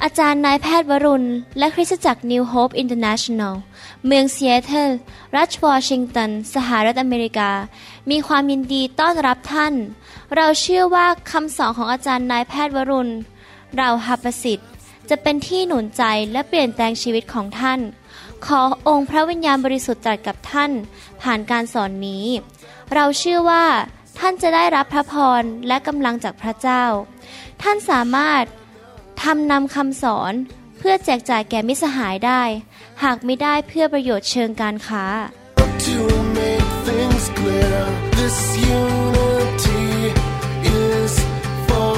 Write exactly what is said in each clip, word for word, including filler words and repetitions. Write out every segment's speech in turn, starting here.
อาจารย์นายแพทย์วรุณและคริสตจักร New Hope International เมืองซีแอตเทิลรัฐวอชิงตันสหรัฐอเมริกามีความยินดีต้อนรับท่านเราเชื่อว่าคำสอนของอาจารย์นายแพทย์วรุณเราหประสิทธิ์จะเป็นที่หนุนใจและเปลี่ยนแปลงชีวิตของท่านขอองค์พระวิญญาณบริสุทธิ์ตรัสกับท่านผ่านการสอนนี้เราเชื่อว่าท่านจะได้รับพระพรและกำลังจากพระเจ้าท่านสามารถทำนำคำสอนเพื่อแจกจ่ายแก่มิตรสหายได้หากไม่ได้เพื่อประโยชน์เชิงการค้า To make things clear, this unity is for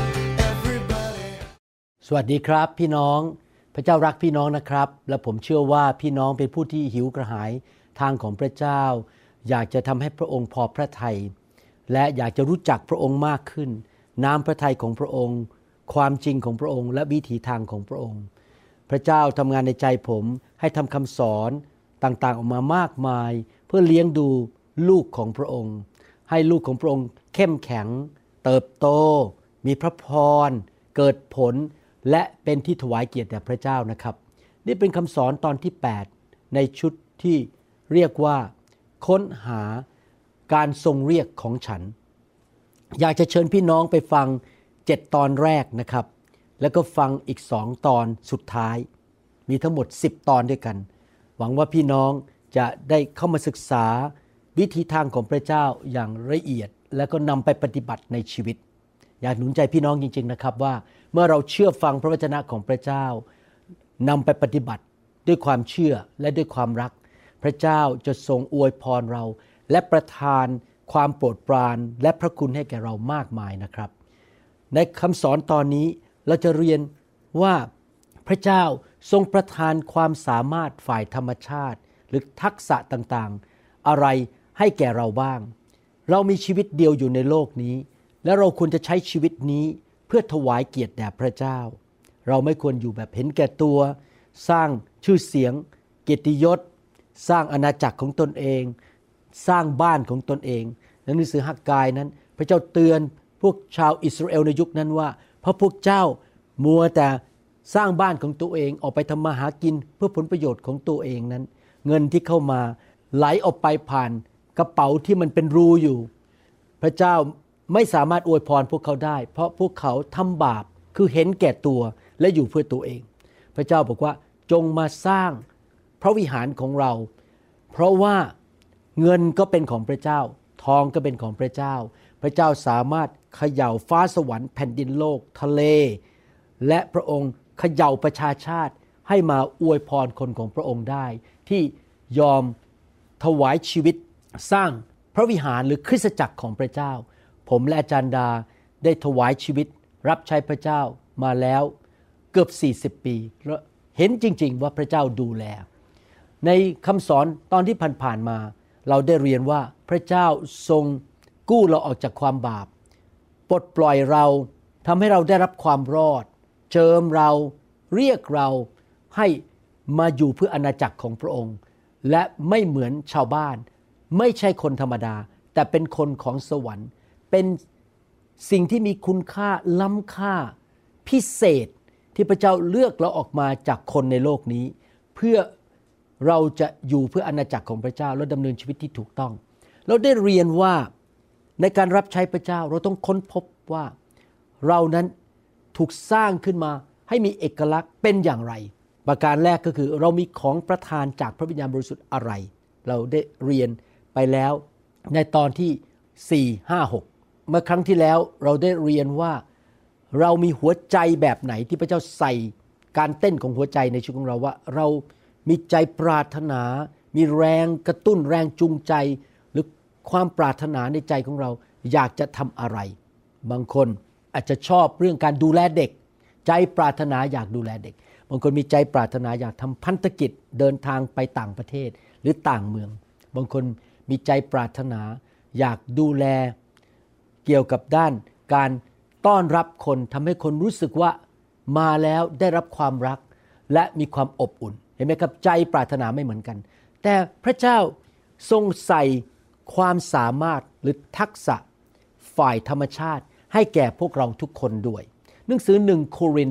everybody. สวัสดีครับพี่น้องพระเจ้ารักพี่น้องนะครับและผมเชื่อว่าพี่น้องเป็นผู้ที่หิวกระหายทางของพระเจ้าอยากจะทำให้พระองค์พอพระทัยและอยากจะรู้จักพระองค์มากขึ้นน้ำพระทัยของพระองค์ความจริงของพระองค์และวิถีทางของพระองค์พระเจ้าทำงานในใจผมให้ทำคำสอนต่างๆออกมามากมายเพื่อเลี้ยงดูลูกของพระองค์ให้ลูกของพระองค์เข้มแข็งเติบโตมีพระพรเกิดผลและเป็นที่ถวายเกียรติแด่พระเจ้านะครับนี่เป็นคำสอนตอนที่แปดในชุดที่เรียกว่าค้นหาการทรงเรียกของฉันอยากจะเชิญพี่น้องไปฟังเจ็ดตอนแรกนะครับแล้วก็ฟังอีกสองตอนสุดท้ายมีทั้งหมดสิบตอนด้วยกันหวังว่าพี่น้องจะได้เข้ามาศึกษาวิธีทางของพระเจ้าอย่างละเอียดแล้วก็นำไปปฏิบัติในชีวิตอยากหนุนใจพี่น้องจริงๆนะครับว่าเมื่อเราเชื่อฟังพระวจนะของพระเจ้านำไปปฏิบัติด้วยความเชื่อและด้วยความรักพระเจ้าจะทรงอวยพรเราและประทานความโปรดปรานและพระคุณให้แก่เรามากมายนะครับในคำสอนตอนนี้เราจะเรียนว่าพระเจ้าทรงประทานความสามารถฝ่ายธรรมชาติหรือทักษะต่างๆอะไรให้แก่เราบ้างเรามีชีวิตเดียวอยู่ในโลกนี้และเราควรจะใช้ชีวิตนี้เพื่อถวายเกียรติแด่พระเจ้าเราไม่ควรอยู่แบบเห็นแก่ตัวสร้างชื่อเสียงเกียรติยศสร้างอาณาจักรของตนเองสร้างบ้านของตนเองในหนังสือฮักกายนั้นพระเจ้าเตือนพวกชาวอิสราเอลในยุคนั้นว่าเพราะพวกเจ้ามัวแต่สร้างบ้านของตัวเองออกไปทำมาหากินเพื่อผลประโยชน์ของตัวเองนั้นเงินที่เข้ามาไหลออกไปผ่านกระเป๋าที่มันเป็นรูอยู่พระเจ้าไม่สามารถอวยพรพวกเขาได้เพราะพวกเขาทำบาปคือเห็นแก่ตัวและอยู่เพื่อตัวเองพระเจ้าบอกว่าจงมาสร้างพระวิหารของเราเพราะว่าเงินก็เป็นของพระเจ้าทองก็เป็นของพระเจ้าพระเจ้าสามารถเขย่าฟ้าสวรรค์แผ่นดินโลกทะเลและพระองค์เขย่าประชาชาติให้มาอวยพรคนของพระองค์ได้ที่ยอมถวายชีวิตสร้างพระวิหารหรือคริสตจักรของพระเจ้าผมและอาจารย์ดาได้ถวายชีวิตรับใช้พระเจ้ามาแล้วเกือบสี่สิบปีและเห็นจริงๆว่าพระเจ้าดูแลในคำสอนตอนที่ผ่านๆมาเราได้เรียนว่าพระเจ้าทรงกู้เราออกจากความบาปปลดปล่อยเราทำให้เราได้รับความรอดเจิมเราเรียกเราให้มาอยู่เพื่ออาณาจักรของพระองค์และไม่เหมือนชาวบ้านไม่ใช่คนธรรมดาแต่เป็นคนของสวรรค์เป็นสิ่งที่มีคุณค่าล้ำค่าพิเศษที่พระเจ้าเลือกเราออกมาจากคนในโลกนี้เพื่อเราจะอยู่เพื่ออาณาจักรของพระเจ้าและดำเนินชีวิตที่ถูกต้องเราได้เรียนว่าในการรับใช้พระเจ้าเราต้องค้นพบว่าเรานั้นถูกสร้างขึ้นมาให้มีเอกลักษณ์เป็นอย่างไรประการแรกก็คือเรามีของประทานจากพระวิญญาณบริสุทธิ์อะไรเราได้เรียนไปแล้วในตอนที่สี่ ห้า หกเมื่อครั้งที่แล้วเราได้เรียนว่าเรามีหัวใจแบบไหนที่พระเจ้าใส่การเต้นของหัวใจในชีวิตของเราว่าเรามีใจปรารถนามีแรงกระตุ้นแรงจูงใจหรือความปรารถนาในใจของเราอยากจะทำอะไรบางคนอาจจะชอบเรื่องการดูแลเด็กใจปรารถนาอยากดูแลเด็กบางคนมีใจปรารถนาอยากทำพันธกิจเดินทางไปต่างประเทศหรือต่างเมืองบางคนมีใจปรารถนาอยากดูแลเกี่ยวกับด้านการต้อนรับคนทำให้คนรู้สึกว่ามาแล้วได้รับความรักและมีความอบอุ่นเห็นไหมครับใจปรารถนาไม่เหมือนกันแต่พระเจ้าทรงใส่ความสามารถหรือทักษะฝ่ายธรรมชาติให้แก่พวกเราทุกคนด้วยหนังสือหนึ่งโครินธ์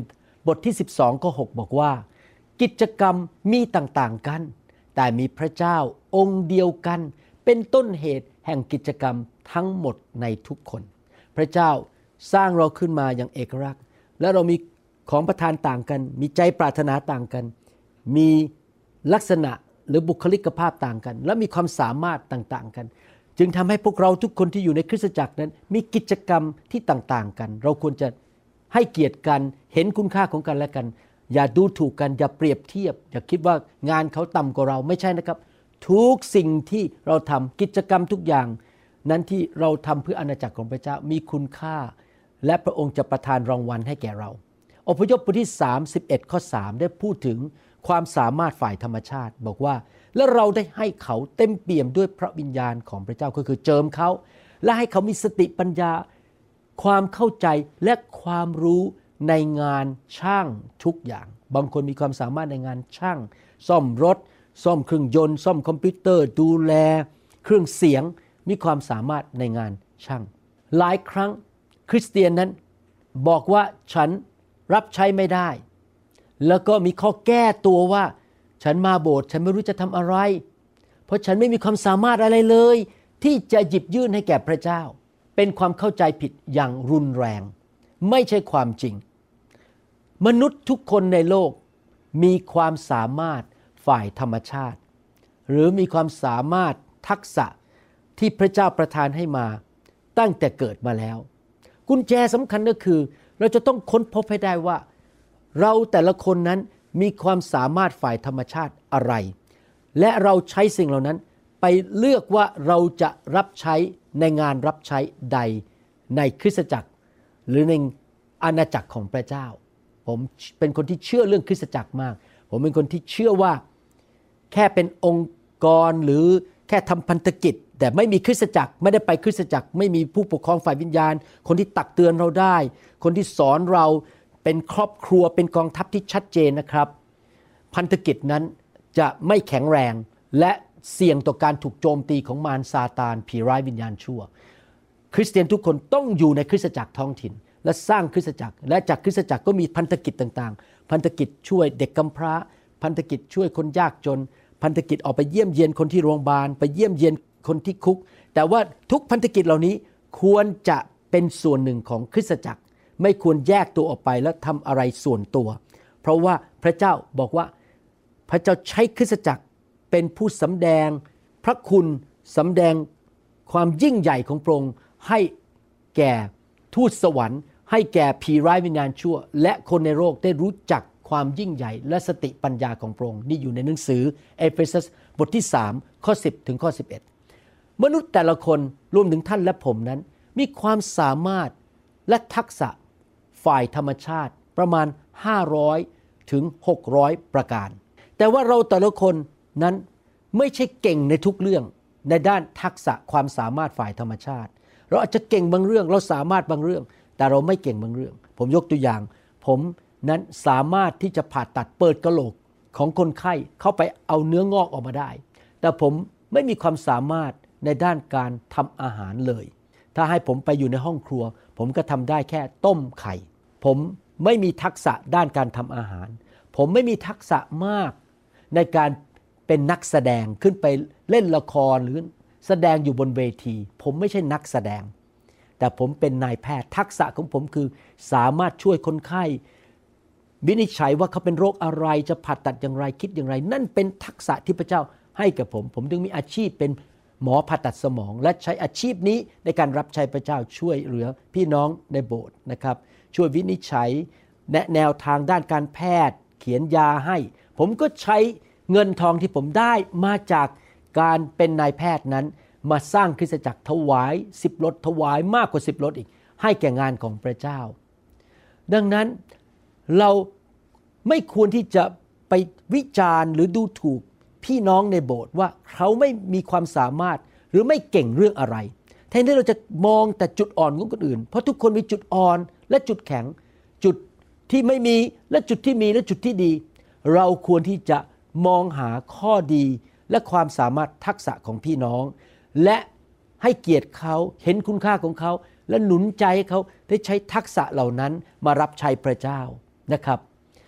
บทที่สิบสองข้อหกบอกว่ากิจกรรมมีต่างๆกันแต่มีพระเจ้าองค์เดียวกันเป็นต้นเหตุแห่งกิจกรรมทั้งหมดในทุกคนพระเจ้าสร้างเราขึ้นมาอย่างเอกลักษณ์และเรามีของประทานต่างกันมีใจปรารถนาต่างกันมีลักษณะหรือบุคลิกภาพต่างกันและมีความสามารถต่างๆกันจึงทำให้พวกเราทุกคนที่อยู่ในคริสตจักรนั้นมีกิจกรรมที่ต่างๆกันเราควรจะให้เกียรติกันเห็นคุณค่าของกันและกันอย่าดูถูกกันอย่าเปรียบเทียบอย่าคิดว่างานเขาต่ำกว่าเราไม่ใช่นะครับทุกสิ่งที่เราทำกิจกรรมทุกอย่างนั้นที่เราทำเพื่ออาณาจักรของพระเจ้ามีคุณค่าและพระองค์จะประทานรางวัลให้แก่เราอพยพบทที่สามสิบเอ็ดข้อสามได้พูดถึงความสามารถฝ่ายธรรมชาติบอกว่าและเราได้ให้เขาเต็มเปี่ยมด้วยพระวิญญาณของพระเจ้าก็คือเจิมเขาและให้เขามีสติปัญญาความเข้าใจและความรู้ในงานช่างทุกอย่างบางคนมีความสามารถในงานช่างซ่อมรถซ่อมเครื่องยนต์ซ่อมคอมพิวเตอร์ดูแลเครื่องเสียงมีความสามารถในงานช่างหลายครั้งคริสเตียนนั้นบอกว่าฉันรับใช้ไม่ได้แล้วก็มีข้อแก้ตัวว่าฉันมาโบสถ์ฉันไม่รู้จะทำอะไรเพราะฉันไม่มีความสามารถอะไรเลยที่จะหยิบยื่นให้แก่พระเจ้าเป็นความเข้าใจผิดอย่างรุนแรงไม่ใช่ความจริงมนุษย์ทุกคนในโลกมีความสามารถฝ่ายธรรมชาติหรือมีความสามารถทักษะที่พระเจ้าประทานให้มาตั้งแต่เกิดมาแล้วกุญแจสำคัญก็คือเราจะต้องค้นพบให้ได้ว่าเราแต่ละคนนั้นมีความสามารถฝ่ายธรรมชาติอะไรและเราใช้สิ่งเหล่านั้นไปเลือกว่าเราจะรับใช้ในงานรับใช้ใดในคริสตจักรหรือในอาณาจักรของพระเจ้าผมเป็นคนที่เชื่อเรื่องคริสตจักรมากผมเป็นคนที่เชื่อว่าแค่เป็นองค์กรหรือแค่ทำพันธกิจแต่ไม่มีคริสตจักรไม่ได้ไปคริสตจักรไม่มีผู้ปกครองฝ่ายวิญญาณคนที่ตักเตือนเราได้คนที่สอนเราเป็นครอบครัวเป็นกองทัพที่ชัดเจนนะครับพันธกิจนั้นจะไม่แข็งแรงและเสี่ยงต่อการถูกโจมตีของมารซาตานผีร้ายวิญญาณชั่วคริสเตียนทุกคนต้องอยู่ในคริสตจักรท้องถิ่นและสร้างคริสตจักรและจากคริสตจักรก็มีพันธกิจต่างๆพันธกิจช่วยเด็กกำพร้าพันธกิจช่วยคนยากจนพันธกิจออกไปเยี่ยมเยียนคนที่โรงพยาบาลไปเยี่ยมเยียนคนที่คุกแต่ว่าทุกพันธกิจเหล่านี้ควรจะเป็นส่วนหนึ่งของคริสตจักรไม่ควรแยกตัวออกไปแล้วทำอะไรส่วนตัวเพราะว่าพระเจ้าบอกว่าพระเจ้าใช้คริสตจักรเป็นผู้สำแดงพระคุณสำแดงความยิ่งใหญ่ของพระองค์ให้แก่ทูตสวรรค์ให้แก่ผีร้ายวิญญาณชั่วและคนในโลกได้รู้จักความยิ่งใหญ่และสติปัญญาของพระองค์นี่อยู่ในหนังสือเอเฟซัสบทที่สามข้อสิบถึงข้อสิบเอ็ดมนุษย์แต่ละคนรวมถึงท่านและผมนั้นมีความสามารถและทักษะฝ่ายธรรมชาติประมาณห้าร้อยถึงหกร้อยประการแต่ว่าเราแต่ละคนนั้นไม่ใช่เก่งในทุกเรื่องในด้านทักษะความสามารถฝ่ายธรรมชาติเราอาจจะเก่งบางเรื่องเราสามารถบางเรื่องแต่เราไม่เก่งบางเรื่องผมยกตัวอย่างผมนั้นสามารถที่จะผ่าตัดเปิดกะโหลกของคนไข้เข้าไปเอาเนื้องอกออกมาได้แต่ผมไม่มีความสามารถในด้านการทำอาหารเลยถ้าให้ผมไปอยู่ในห้องครัวผมก็ทำได้แค่ต้มไข่ผมไม่มีทักษะด้านการทำอาหารผมไม่มีทักษะมากในการเป็นนักแสดงขึ้นไปเล่นละครหรือแสดงอยู่บนเวทีผมไม่ใช่นักแสดงแต่ผมเป็นนายแพทย์ทักษะของผมคือสามารถช่วยคนไข้วินิจฉัยว่าเขาเป็นโรคอะไรจะผ่าตัดอย่างไรคิดอย่างไรนั่นเป็นทักษะที่พระเจ้าให้กับผมผมจึงมีอาชีพเป็นหมอผ่าตัดสมองและใช้อาชีพนี้ในการรับใช้พระเจ้าช่วยเหลือพี่น้องในโบสถ์นะครับช่วยวินิจฉัยแนะแนวทางด้านการแพทย์เขียนยาให้ผมก็ใช้เงินทองที่ผมได้มาจากการเป็นนายแพทย์นั้นมาสร้างคริสตจักรถวายสิบรถถวายมากกว่าสิบรถอีกให้แก่งานของพระเจ้าดังนั้นเราไม่ควรที่จะไปวิจารณ์หรือดูถูกพี่น้องในโบสถ์ว่าเขาไม่มีความสามารถหรือไม่เก่งเรื่องอะไรแทนที่เราจะมองแต่จุดอ่อนของคนอื่นเพราะทุกคนมีจุดอ่อนและจุดแข็งจุดที่ไม่มีและจุดที่มีและจุดที่ดีเราควรที่จะมองหาข้อดีและความสามารถทักษะของพี่น้องและให้เกียรติเขาเห็นคุณค่าของเขาและหนุนใจให้เขาได้ใช้ทักษะเหล่านั้นมารับใช้พระเจ้านะครับ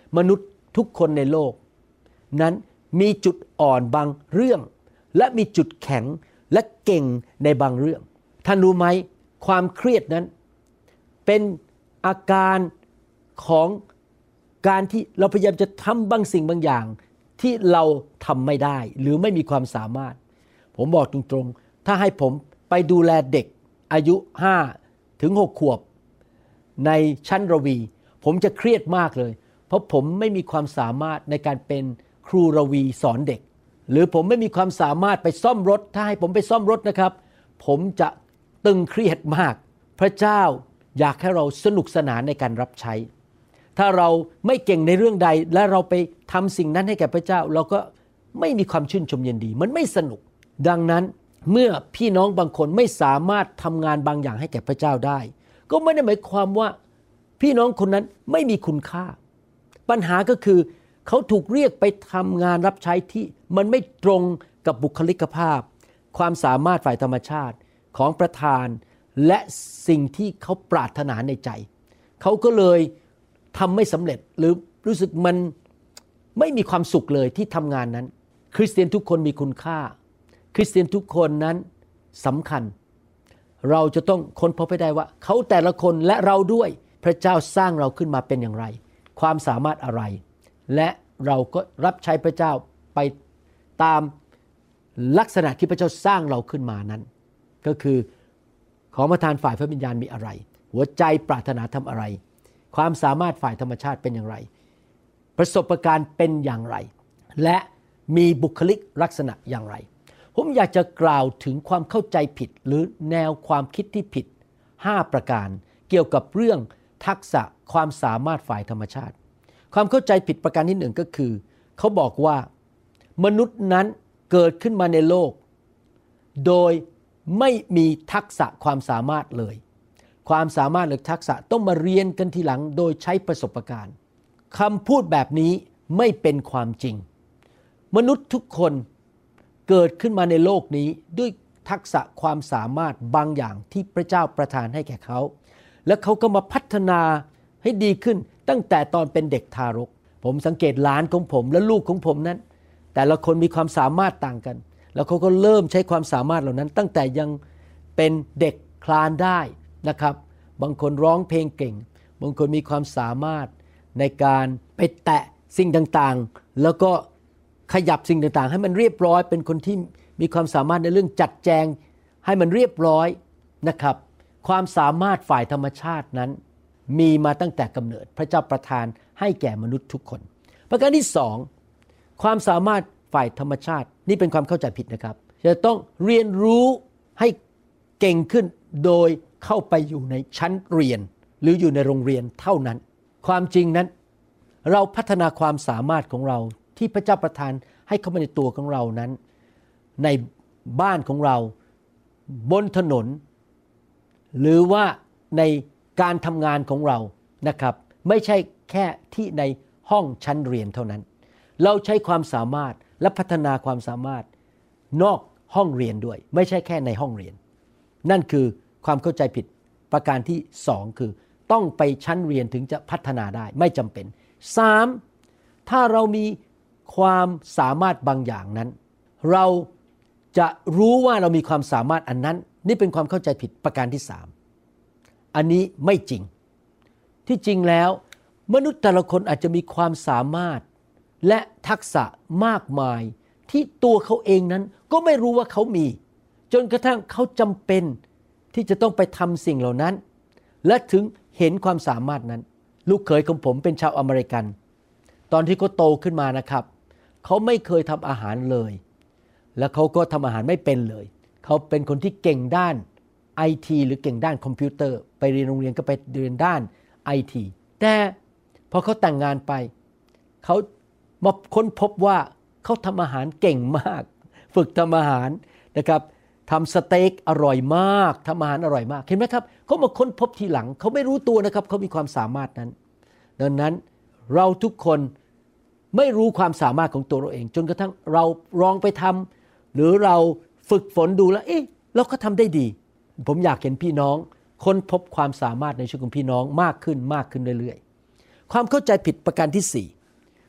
มนุษย์ทุกคนในโลกนั้นมีจุดอ่อนบางเรื่องและมีจุดแข็งและเก่งในบางเรื่องท่านรู้ไหมความเครียดนั้นเป็นอาการของการที่เราพยายามจะทำบางสิ่งบางอย่างที่เราทำไม่ได้หรือไม่มีความสามารถผมบอกตรงๆถ้าให้ผมไปดูแลเด็กอายุห้าถึงหกขวบในชั้นระวีผมจะเครียดมากเลยเพราะผมไม่มีความสามารถในการเป็นครูระวีสอนเด็กหรือผมไม่มีความสามารถไปซ่อมรถถ้าให้ผมไปซ่อมรถนะครับผมจะตึงเครียดมากพระเจ้าอยากให้เราสนุกสนานในการรับใช้ถ้าเราไม่เก่งในเรื่องใดและเราไปทำสิ่งนั้นให้แก่พระเจ้าเราก็ไม่มีความชื่นชมยินดีมันไม่สนุกดังนั้นเมื่อพี่น้องบางคนไม่สามารถทำงานบางอย่างให้แก่พระเจ้าได้ก็ไม่ได้หมายความว่าพี่น้องคนนั้นไม่มีคุณค่าปัญหาก็คือเขาถูกเรียกไปทำงานรับใช้ที่มันไม่ตรงกับบุคลิกภาพความสามารถฝ่ายธรรมชาติของประธานและสิ่งที่เขาปรารถนาในใจเขาก็เลยทำไม่สำเร็จหรือรู้สึกมันไม่มีความสุขเลยที่ทำงานนั้นคริสเตียนทุกคนมีคุณค่าคริสเตียนทุกคนนั้นสำคัญเราจะต้องค้นพบให้ได้ว่าเขาแต่ละคนและเราด้วยพระเจ้าสร้างเราขึ้นมาเป็นอย่างไรความสามารถอะไรและเราก็รับใช้พระเจ้าไปตามลักษณะที่พระเจ้าสร้างเราขึ้นมานั้นก็คือของประทานฝ่ายพระวิญญาณมีอะไรหัวใจปรารถนาทำอะไรความสามารถฝ่ายธรรมชาติเป็นอย่างไรประสบการณ์เป็นอย่างไรและมีบุคลิกลักษณะอย่างไรผมอยากจะกล่าวถึงความเข้าใจผิดหรือแนวความคิดที่ผิดห้าประการเกี่ยวกับเรื่องทักษะความสามารถฝ่ายธรรมชาติความเข้าใจผิดประการที่หนึ่งก็คือเขาบอกว่ามนุษย์นั้นเกิดขึ้นมาในโลกโดยไม่มีทักษะความสามารถเลยความสามารถหรือทักษะต้องมาเรียนกันทีหลังโดยใช้ประสบการณ์คำพูดแบบนี้ไม่เป็นความจริงมนุษย์ทุกคนเกิดขึ้นมาในโลกนี้ด้วยทักษะความสามารถบางอย่างที่พระเจ้าประทานให้แก่เขาและเขาก็มาพัฒนาให้ดีขึ้นตั้งแต่ตอนเป็นเด็กทารกผมสังเกตหลานของผมและลูกของผมนั้นแต่ละคนมีความสามารถต่างกันแล้วเขาก็เริ่มใช้ความสามารถเหล่านั้นตั้งแต่ยังเป็นเด็กคลานได้นะครับบางคนร้องเพลงเก่งบางคนมีความสามารถในการไปแตะสิ่งต่างๆแล้วก็ขยับสิ่งต่างๆให้มันเรียบร้อยเป็นคนที่มีความสามารถในเรื่องจัดแจงให้มันเรียบร้อยนะครับความสามารถฝ่ายธรรมชาตินั้นมีมาตั้งแต่กำเนิดพระเจ้าประทานให้แก่มนุษย์ทุกคนประการที่สองความสามารถฝ่ายธรรมชาตินี่เป็นความเข้าใจผิดนะครับจะต้องเรียนรู้ให้เก่งขึ้นโดยเข้าไปอยู่ในชั้นเรียนหรืออยู่ในโรงเรียนเท่านั้นความจริงนั้นเราพัฒนาความสามารถของเราที่พระเจ้าประทานให้เข้ามาในตัวของเรานั้นในบ้านของเราบนถนนหรือว่าในการทำงานของเรานะครับไม่ใช่แค่ที่ในห้องชั้นเรียนเท่านั้นเราใช้ความสามารถและพัฒนาความสามารถนอกห้องเรียนด้วยไม่ใช่แค่ในห้องเรียนนั่นคือความเข้าใจผิดประการที่สองคือต้องไปชั้นเรียนถึงจะพัฒนาได้ไม่จำเป็นสามถ้าเรามีความสามารถบางอย่างนั้นเราจะรู้ว่าเรามีความสามารถอันนั้นนี่เป็นความเข้าใจผิดประการที่สามอันนี้ไม่จริงที่จริงแล้วมนุษย์แต่ละคนอาจจะมีความสามารถและทักษะมากมายที่ตัวเขาเองนั้นก็ไม่รู้ว่าเขามีจนกระทั่งเขาจำเป็นที่จะต้องไปทำสิ่งเหล่านั้นและถึงเห็นความสามารถนั้นลูกเขยของผมเป็นชาวอเมริกันตอนที่เขาโตขึ้นมานะครับเขาไม่เคยทำอาหารเลยและเขาก็ทำอาหารไม่เป็นเลยเขาเป็นคนที่เก่งด้าน ไอ ที หรือเก่งด้านคอมพิวเตอร์ไปเรียนโรงเรียนก็ไปเรียนด้าน ไอ ที แต่พอเขาแต่งงานไปเขามาค้นพบว่าเขาทำอาหารเก่งมากฝึกทำอาหารนะครับทำสเต็กอร่อยมากทำอาหารอร่อยมากเห็นไหมครับเขามาค้นพบทีหลังเขาไม่รู้ตัวนะครับเขามีความสามารถนั้นดังนั้นเราทุกคนไม่รู้ความสามารถของตัวเราเองจนกระทั่งเราลองไปทำหรือเราฝึกฝนดูแล้วเอ๊ะเราก็ทำได้ดีผมอยากเห็นพี่น้องค้นพบความสามารถในชีวิตของพี่น้องมากขึ้นมากขึ้นเรื่อยๆความเข้าใจผิดประการที่สี่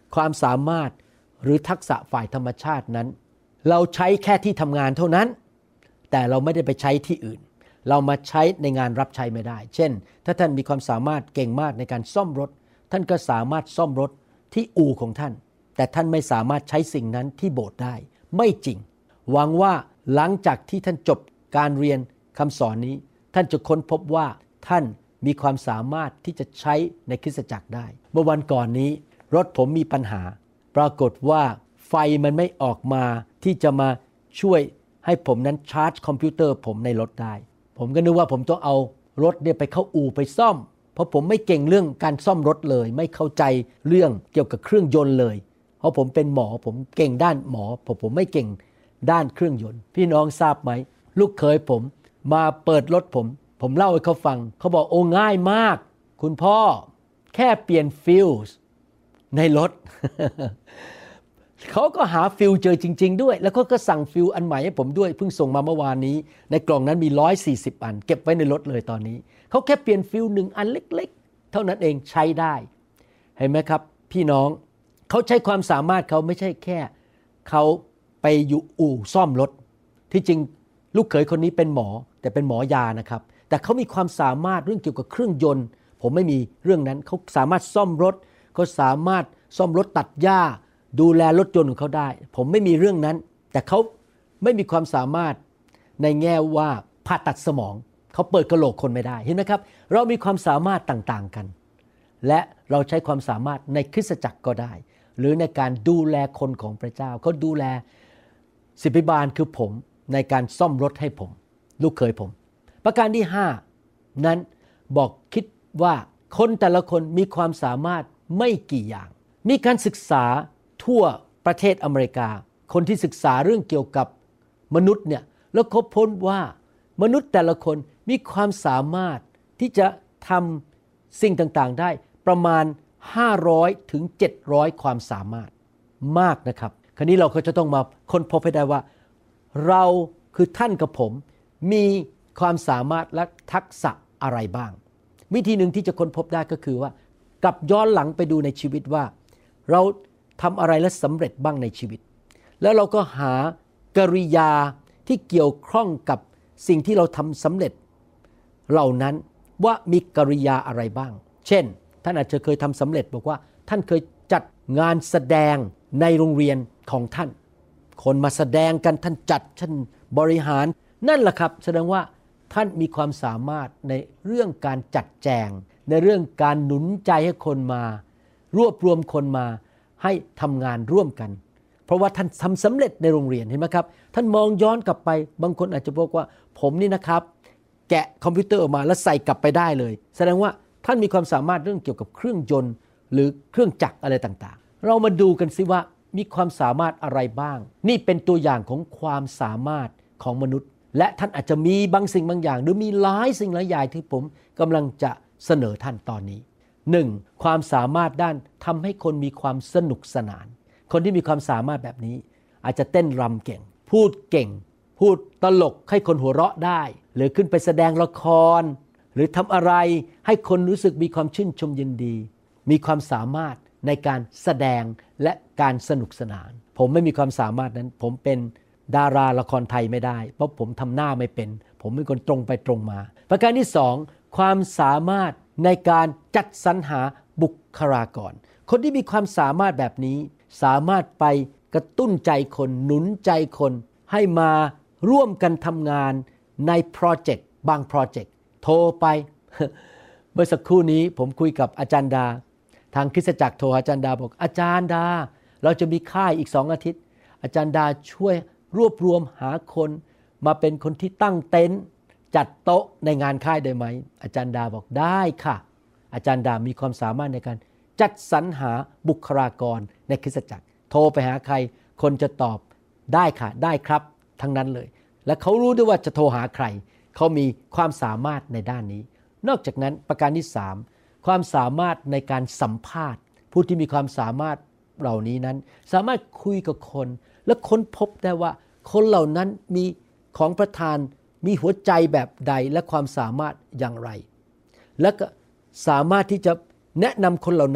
ความสามารถหรือทักษะฝ่ายธรรมชาตินั้นเราใช้แค่ที่ทำงานเท่านั้นแต่เราไม่ได้ไปใช้ที่อื่นเรามาใช้ในงานรับใช้ไม่ได้เช่นถ้าท่านมีความสามารถเก่งมากในการซ่อมรถท่านก็สามารถซ่อมรถที่อู่ของท่านแต่ท่านไม่สามารถใช้สิ่งนั้นที่โบสถ์ได้ไม่จริงหวังว่าหลังจากที่ท่านจบการเรียนคำสอนนี้ท่านจะค้นพบว่าท่านมีความสามารถที่จะใช้ในคริสตจักรได้เมื่อวันก่อนนี้รถผมมีปัญหาปรากฏว่าไฟมันไม่ออกมาที่จะมาช่วยให้ผมนั้นชาร์จคอมพิวเตอร์ผมในรถได้ผมก็นึกว่าผมต้องเอารถเนี่ยไปเข้าอู่ไปซ่อมเพราะผมไม่เก่งเรื่องการซ่อมรถเลยไม่เข้าใจเรื่องเกี่ยวกับเครื่องยนต์เลยเพราะผมเป็นหมอผมเก่งด้านหมอผมผมไม่เก่งด้านเครื่องยนต์พี่น้องทราบไหมลูกเขยผมมาเปิดรถผมผมเล่าให้เขาฟังเขาบอกโอ้ง่ายมากคุณพ่อแค่เปลี่ยนฟิวส์ในรถ เขาก็หาฟิวเจอจริงๆด้วยแล้วเขาก็สั่งฟิวอันใหม่ให้ผมด้วยเพิ่งส่งมาเมื่อวานนี้ในกล่องนั้นมีหนึ่งร้อยสี่สิบอันเก็บไว้ในรถเลยตอนนี้เขาแค่เปลี่ยนฟิวหนึ่งอันเล็กๆเท่านั้นเองใช้ได้เห็นไหมครับพี่น้องเขาใช้ความสามารถเขาไม่ใช่แค่เขาไปอยู่อู่ซ่อมรถที่จริงลูกเขยคนนี้เป็นหมอแต่เป็นหมอยานะครับแต่เขามีความสามารถเรื่องเกี่ยวกับเครื่องยนต์ผมไม่มีเรื่องนั้นเขาสามารถซ่อมรถเขาสามารถซ่อมรถตัดหญ้าดูแลรถยนต์ของเขาได้ผมไม่มีเรื่องนั้นแต่เขาไม่มีความสามารถในแง่ว่าผ่าตัดสมองเขาเปิดกะโหลกคนไม่ได้เห็นไหมครับเรามีความสามารถต่างๆกันและเราใช้ความสามารถในคริสตจักรก็ได้หรือในการดูแลคนของพระเจ้าเขาดูแลศิบิบาลคือผมในการซ่อมรถให้ผมลูกเขยผมประการที่ห้านั้นบอกคิดว่าคนแต่ละคนมีความสามารถไม่กี่อย่างมีการศึกษาทั่วประเทศอเมริกาคนที่ศึกษาเรื่องเกี่ยวกับมนุษย์เนี่ยแล้วเขาพบว่ามนุษย์แต่ละคนมีความสามารถที่จะทำสิ่งต่างๆได้ประมาณห้าร้อยถึงเจ็ดร้อยความสามารถมากนะครับคราวนี้เราก็จะต้องมาค้นพบให้ได้ว่าเราคือท่านกับผมมีความสามารถและทักษะอะไรบ้างวิธีหนึ่งที่จะค้นพบได้ก็คือว่ากลับย้อนหลังไปดูในชีวิตว่าเราทำอะไรและสำเร็จบ้างในชีวิตแล้วเราก็หากริยาที่เกี่ยวข้องกับสิ่งที่เราทำสำเร็จเหล่านั้นว่ามีกริยาอะไรบ้างเช่นท่านอาจจะเคยทำสำเร็จบอกว่าท่านเคยจัดงานแสดงในโรงเรียนของท่านคนมาแสดงกันท่านจัดท่านบริหารนั่นแหละครับแสดงว่าท่านมีความสามารถในเรื่องการจัดแจงในเรื่องการหนุนใจให้คนมารวบรวมคนมาให้ทำงานร่วมกันเพราะว่าท่านทำสำเร็จในโรงเรียนเห็นไหมครับท่านมองย้อนกลับไปบางคนอาจจะบอกว่าผมนี่นะครับแกะคอมพิวเตอร์ออกมาแล้วใส่กลับไปได้เลยแสดงว่าท่านมีความสามารถเรื่องเกี่ยวกับเครื่องยนต์หรือเครื่องจักรอะไรต่างๆเรามาดูกันซิว่ามีความสามารถอะไรบ้างนี่เป็นตัวอย่างของความสามารถของมนุษย์และท่านอาจจะมีบางสิ่งบางอย่างหรือมีหลายสิ่งหลายอย่างที่ผมกำลังจะเสนอท่านตอนนี้หนึ่งความสามารถด้านทำให้คนมีความสนุกสนานคนที่มีความสามารถแบบนี้อาจจะเต้นรำเก่งพูดเก่งพูดตลกให้คนหัวเราะได้หรือขึ้นไปแสดงละครหรือทำอะไรให้คนรู้สึกมีความชื่นชมยินดีมีความสามารถในการแสดงและการสนุกสนานผมไม่มีความสามารถนั้นผมเป็นดาราละครไทยไม่ได้เพราะผมทำหน้าไม่เป็นผมเป็นคนตรงไปตรงมาประการที่สองความสามารถในการจัดสรรหาบุคลากรคนที่มีความสามารถแบบนี้สามารถไปกระตุ้นใจคนหนุนใจคนให้มาร่วมกันทำงานในโปรเจกต์บางโปรเจกต์โทรไป เมื่อสักครู่นี้ผมคุยกับอาจารย์ดาทางคริสตจักรโทรอาจารย์ดาบอกอาจารย์ดาเราจะมีค่ายอีกสองอาทิตย์อาจารย์ดาช่วยรวบรวมหาคนมาเป็นคนที่ตั้งเต็นท์จัดโต๊ะในงานค่ายได้ไหมอาจารย์ดาบอกได้ค่ะอาจารย์ดามีความสามารถในการจัดสรรหาบุคลากรในคริสตจักรโทรไปหาใครคนจะตอบได้ค่ะได้ครับทั้งนั้นเลยและเขารู้ด้วยว่าจะโทรหาใครเขามีความสามารถในด้านนี้นอกจากนั้นประการที่สามความสามารถในการสัมภาษณ์ผู้ที่มีความสามารถเหล่านี้นั้นสามารถคุยกับคนและค้นพบได้ว่าคนเหล่านั้นมีของประทานมีหัวใจแบบใดและความสามารถอย่างไรและก็สามารถที่จะแนะนำคนเหล่านั้น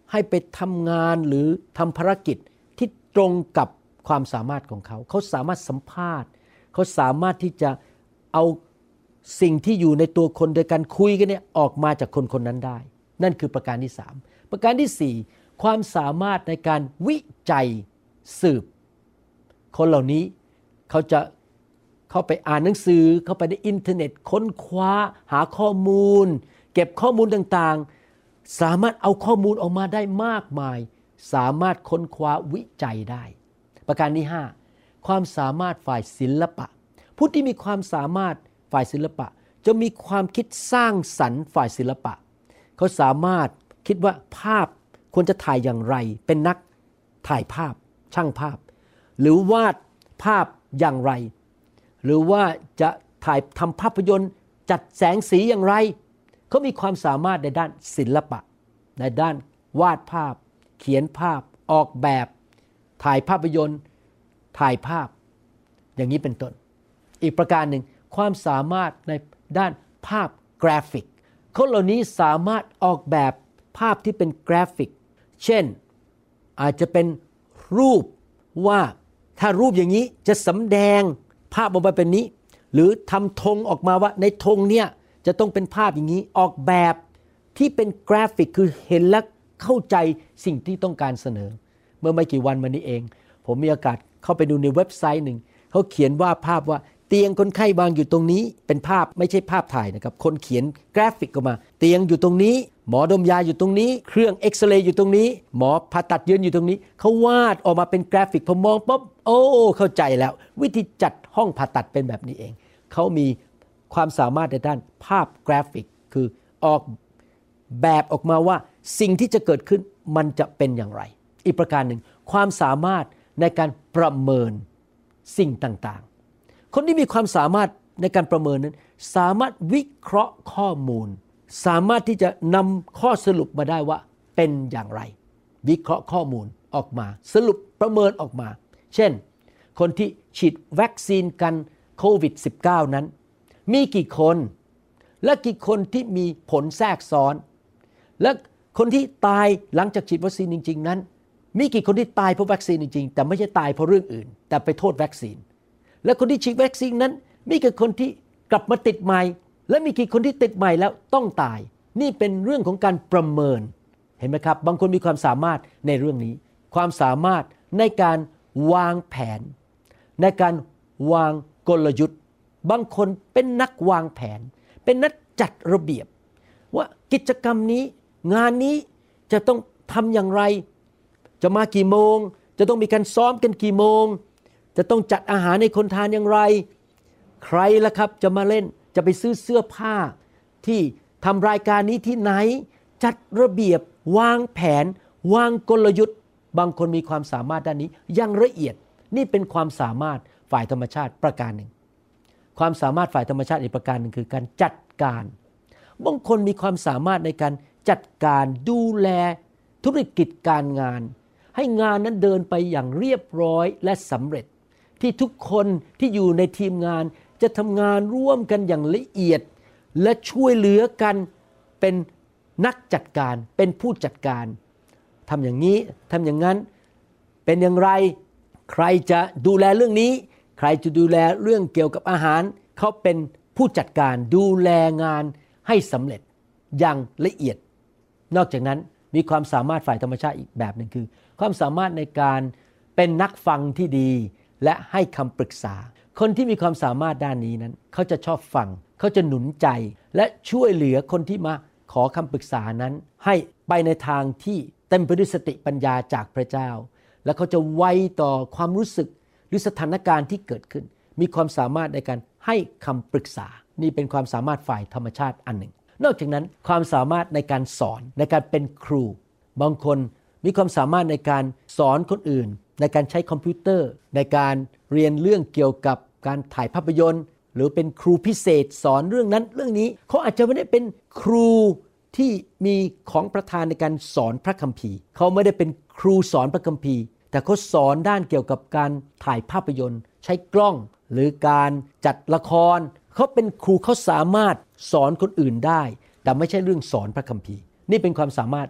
ให้ไปทำงานหรือทำภารกิจที่ตรงกับความสามารถของเขาเขาสามารถสัมภาษณ์เขาสามารถที่จะเอาสิ่งที่อยู่ในตัวคนโดยการคุยกันเนี่ยออกมาจากคนคนนั้นได้นั่นคือประการที่สามประการที่สี่ความสามารถในการวิจัยสืบคนเหล่านี้เขาจะเข้าไปอ่านหนังสือเข้าไปในอินเทอร์เน็ตค้นคว้าหาข้อมูลเก็บข้อมูลต่างๆสามารถเอาข้อมูลออกมาได้มากมายสามารถค้นคว้าวิจัยได้ประการที่ห้าความสามารถฝ่ายศิลปะผู้ที่มีความสามารถฝ่ายศิลปะจะมีความคิดสร้างสรรค์ฝ่ายศิลปะเขาสามารถคิดว่าภาพควรจะถ่ายอย่างไรเป็นนักถ่ายภาพช่างภาพหรือวาดภาพอย่างไรหรือว่าจะถ่ายทำภาพยนตร์จัดแสงสีอย่างไรเขามีความสามารถในด้านศิลปะในด้านวาดภาพเขียนภาพออกแบบถ่ายภาพยนตร์ถ่ายภาพอย่างนี้เป็นต้นอีกประการหนึ่งความสามารถในด้านภาพกราฟิกคนเหล่านี้สามารถออกแบบภาพที่เป็นกราฟิกเช่นอาจจะเป็นรูปว่าถ้ารูปอย่างนี้จะสำแดงภาพออกมาเป็นนี้หรือทำธงออกมาว่าในธงเนี่ยจะต้องเป็นภาพอย่างนี้ออกแบบที่เป็นกราฟิกคือเห็นและเข้าใจสิ่งที่ต้องการเสนอเมื่อไม่กี่วันมานี้เองผมมีโอกาสเข้าไปดูในเว็บไซต์หนึ่งเขาเขียนว่าภาพว่าเตียงคนไข้วางอยู่ตรงนี้เป็นภาพไม่ใช่ภาพถ่ายนะครับคนเขียนกราฟิกออกมาเตียงอยู่ตรงนี้หมอดมยาอยู่ตรงนี้เครื่องเอ็กซเรย์อยู่ตรงนี้หมอผ่าตัดยืนอยู่ตรงนี้เขาวาดออกมาเป็นกราฟิกพอมองปุ๊บโอ้เข้าใจแล้ววิธีจัดห้องผ่าตัดเป็นแบบนี้เองเขามีความสามารถในด้านภาพกราฟิกคือออกแบบออกมาว่าสิ่งที่จะเกิดขึ้นมันจะเป็นอย่างไรอีกประการหนึ่งความสามารถในการประเมินสิ่งต่างๆคนที่มีความสามารถในการประเมินนั้นสามารถวิเคราะห์ข้อมูลสามารถที่จะนำข้อสรุปมาได้ว่าเป็นอย่างไรวิเคราะห์ข้อมูลออกมาสรุปประเมินออกมาเช่นคนที่ฉีดวัคซีนกันโควิด สิบเก้า นั้นมีกี่คนและกี่คนที่มีผลแทรกซ้อนและคนที่ตายหลังจากฉีดวัคซีนจริงๆนั้นมีกี่คนที่ตายเพราะวัคซีนจริงๆแต่ไม่ใช่ตายเพราะเรื่องอื่นแต่ไปโทษวัคซีนและคนที่ฉีดวัคซีนนั้นมีกี่คนที่กลับมาติดใหม่และมีกี่คนที่ติดใหม่แล้วต้องตายนี่เป็นเรื่องของการประเมินเห็นไหมครับบางคนมีความสามารถในเรื่องนี้ความสามารถในการวางแผนในการวางกลยุทธ์บางคนเป็นนักวางแผนเป็นนักจัดระเบียบว่ากิจกรรมนี้งานนี้จะต้องทำอย่างไรจะมากี่โมงจะต้องมีการซ้อมกันกี่โมงจะต้องจัดอาหารให้คนทานอย่างไรใครล่ะครับจะมาเล่นจะไปซื้อเสื้อผ้าที่ทำรายการนี้ที่ไหนจัดระเบียบวางแผนวางกลยุทธ์บางคนมีความสามารถด้านนี้อย่างละเอียดนี่เป็นความสามารถฝ่ายธรรมชาติประการหนึ่งความสามารถฝ่ายธรรมชาติอีกประการหนึ่งคือการจัดการบางคนมีความสามารถในการจัดการดูแลธุรกิจการงานให้งานนั้นเดินไปอย่างเรียบร้อยและสำเร็จที่ทุกคนที่อยู่ในทีมงานจะทำงานร่วมกันอย่างละเอียดและช่วยเหลือกันเป็นนักจัดการเป็นผู้จัดการทำอย่างนี้ทำอย่างนั้นเป็นอย่างไรใครจะดูแลเรื่องนี้ใครจะดูแลเรื่องเกี่ยวกับอาหารเขาเป็นผู้จัดการดูแลงานให้สำเร็จอย่างละเอียดนอกจากนั้นมีความสามารถฝ่ายธรรมชาติอีกแบบหนึ่งคือความสามารถในการเป็นนักฟังที่ดีและให้คำปรึกษาคนที่มีความสามารถด้านนี้นั้นเขาจะชอบฟังเขาจะหนุนใจและช่วยเหลือคนที่มาขอคำปรึกษานั้นให้ไปในทางที่เต็มไปด้วยสติปัญญาจากพระเจ้าและเขาจะไวต่อความรู้สึกหรือสถานการณ์ที่เกิดขึ้นมีความสามารถในการให้คำปรึกษานี่เป็นความสามารถฝ่ายธรรมชาติอันหนึ่งนอกจากนั้นความสามารถในการสอนในการเป็นครูบางคนมีความสามารถในการสอนคนอื่นในการใช้คอมพิวเตอร์ในการเรียนเรื่องเกี่ยวกับการถ่ายภาพยนตร์หรือเป็นครูพิเศษสอนเรื่องนั้นเรื่องนี้เขาอาจจะไม่ได้เป็นครูที่มีของประทานในการสอนพระคัมภีร์เขาไม่ได้เป็นครูสอนพระคัมภีร์แต่เขาสอนด้านเกี่ยวกับการถ่ายภาพยนตร์ใช้กล้องหรือการจัดละครเขาเป็นครูเขาสามารถสอนคนอื่นได้แต่ไม่ใช่เรื่องสอนพระคัมภีร์นี่เป็นความสามารถอีก